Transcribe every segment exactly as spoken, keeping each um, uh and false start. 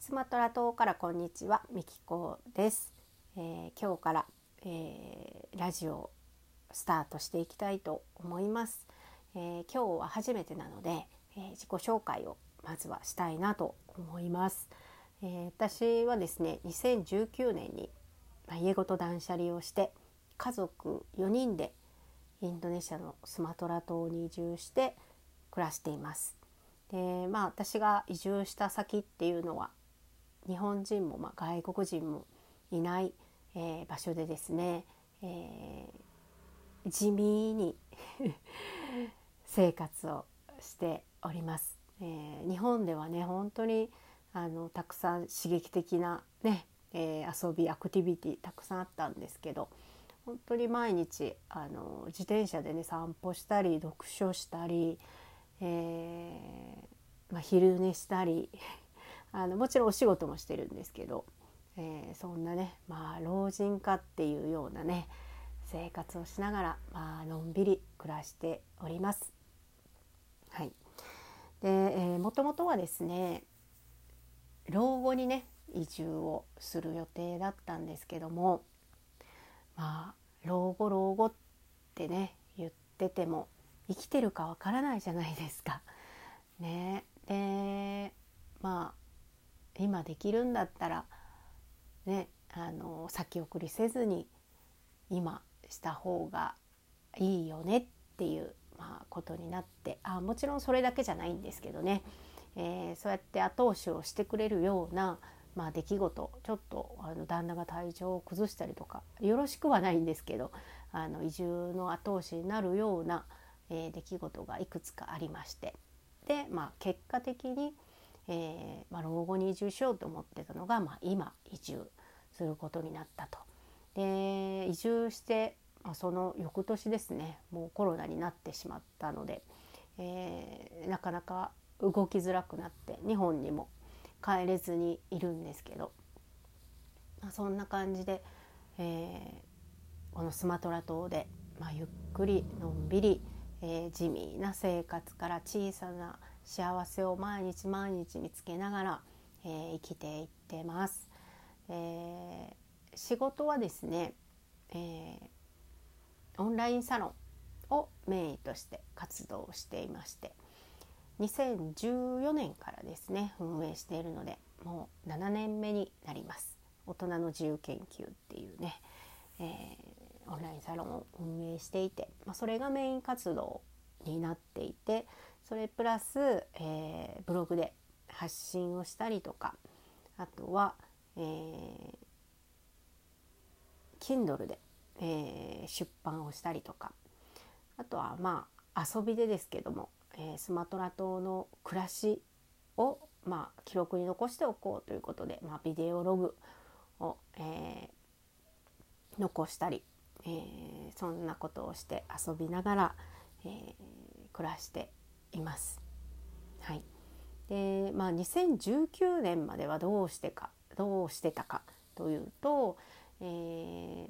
スマトラ島からこんにちは、みきこです。えー、今日から、えー、ラジオをスタートしていきたいと思います。えー、今日は初めてなので、えー、自己紹介をまずはしたいなと思います。えー、私はですね、にせんじゅうきゅうねんに、まあ、家ごと断捨離をして家族よにんでインドネシアのスマトラ島に移住して暮らしています。で、まあ、私が移住した先っていうのは日本人も、まあ、外国人もいない、えー、場所でですね、えー、地味に生活をしております。えー、日本ではね本当にあのたくさん刺激的な、ねえー、遊びアクティビティたくさんあったんですけど、本当に毎日あの自転車でね散歩したり読書したり、えーまあ、昼寝したりあのもちろんお仕事もしてるんですけど、えー、そんなね、まあ、老人化っていうようなね生活をしながら、まあのんびり暮らしております。はい。で、えー、もともとはですね老後にね移住をする予定だったんですけども、まあ老後老後ってね言ってても生きてるかわからないじゃないですか。ね、でまあ今できるんだったらね、あの先送りせずに今した方がいいよねっていう、まあ、ことになって、あもちろんそれだけじゃないんですけどね、えー、そうやって後押しをしてくれるような、まあ、出来事、ちょっとあの旦那が体調を崩したりとかよろしくはないんですけど、あの移住の後押しになるような、えー、出来事がいくつかありまして、で、まあ、結果的に、えーまあ、老後に移住しようと思ってたのが、まあ、今移住することになったと。で移住して、まあ、その翌年ですね、もうコロナになってしまったので、えー、なかなか動きづらくなって日本にも帰れずにいるんですけど、まあ、そんな感じで、えー、このスマトラ島で、まあ、ゆっくりのんびり、えー、地味な生活から小さな幸せを毎日毎日見つけながら、えー、生きていってます。えー、仕事はですね、えー、オンラインサロンをメインとして活動していまして、にせんじゅうよねんからですね運営しているので、もうななねんめになります。大人の自由研究っていうね、えー、オンラインサロンを運営していて、まあ、それがメイン活動になっていて、それプラス、えー、ブログで発信をしたりとか、あとは、えー、Kindle で、えー、出版をしたりとか、あとはまあ遊びでですけども、えー、スマトラ島の暮らしを、まあ、記録に残しておこうということで、まあ、ビデオログを、えー、残したり、えー、そんなことをして遊びながら、えー、暮らしています。はい。で、まあ、にせんじゅうきゅうねんまではどうしてかどうしてたかというと、えー、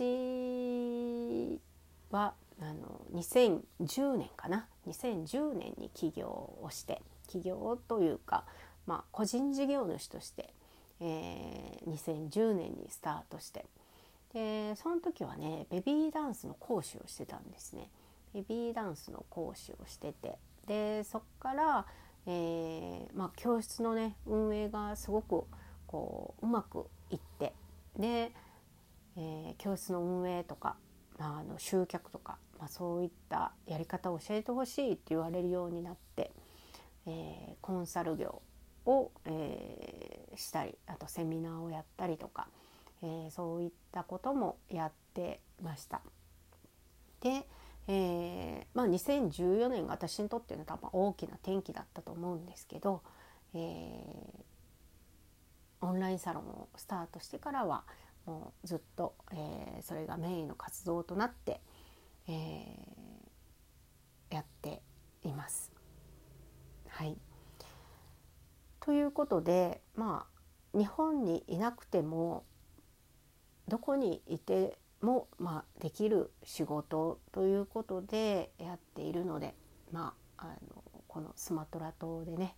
私はあのにせんじゅうねんかなにせんじゅうねんに起業をして起業というか、まあ、個人事業主として、えー、にせんじゅうねんにスタートして、でその時はねベビーダンスの講師をしてたんですね。ベビーダンスの講師をしてて、でそっから、えーまあ、教室のね運営がすごくこううまくいって、で、えー、教室の運営とか、まあ、あの集客とか、まあ、そういったやり方を教えてほしいって言われるようになって、えー、コンサル業を、えー、したり、あとセミナーをやったりとか、えー、そういったこともやってました。で、えーまあ、にせんじゅうよねんが私にとっての多分大きな転機だったと思うんですけど、えー、オンラインサロンをスタートしてからはもうずっと、えー、それがメインの活動となって、えー、やっています。はい。ということで、まあ日本にいなくてもどこにいても、まあ、できる仕事ということでやっているので、まあ、あのこのスマトラ島でね、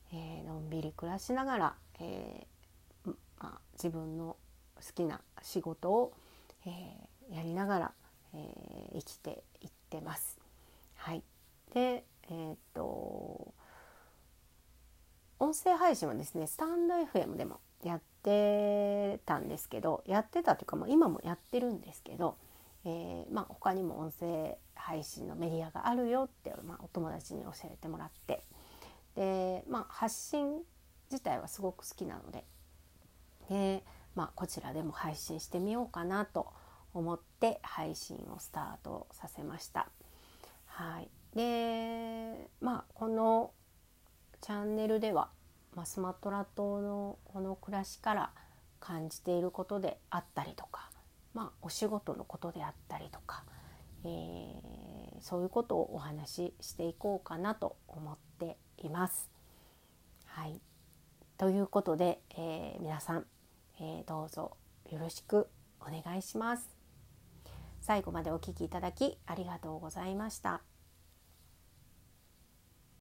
えー、のんびり暮らしながら、えーまあ、自分の好きな仕事を、えー、やりながら、えー、生きていってます。はい、で、えー、っと音声配信はですねスタンド エフエム でもやってたんですけどやってたというかもう今もやってるんですけど、えーまあ、他にも音声配信のメディアがあるよって、まあ、お友達に教えてもらってで、まあ、発信自体はすごく好きなので、で、まあ、こちらでも配信してみようかなと思って配信をスタートさせました。はい、で、まあ、このチャンネルでは、まあ、スマトラ島のこの暮らしから感じていることであったりとか、まあ、お仕事のことであったりとか、えー、そういうことをお話ししていこうかなと思っています。はい、ということで、えー、皆さん、えー、どうぞよろしくお願いします。最後までお聞きいただきありがとうございました。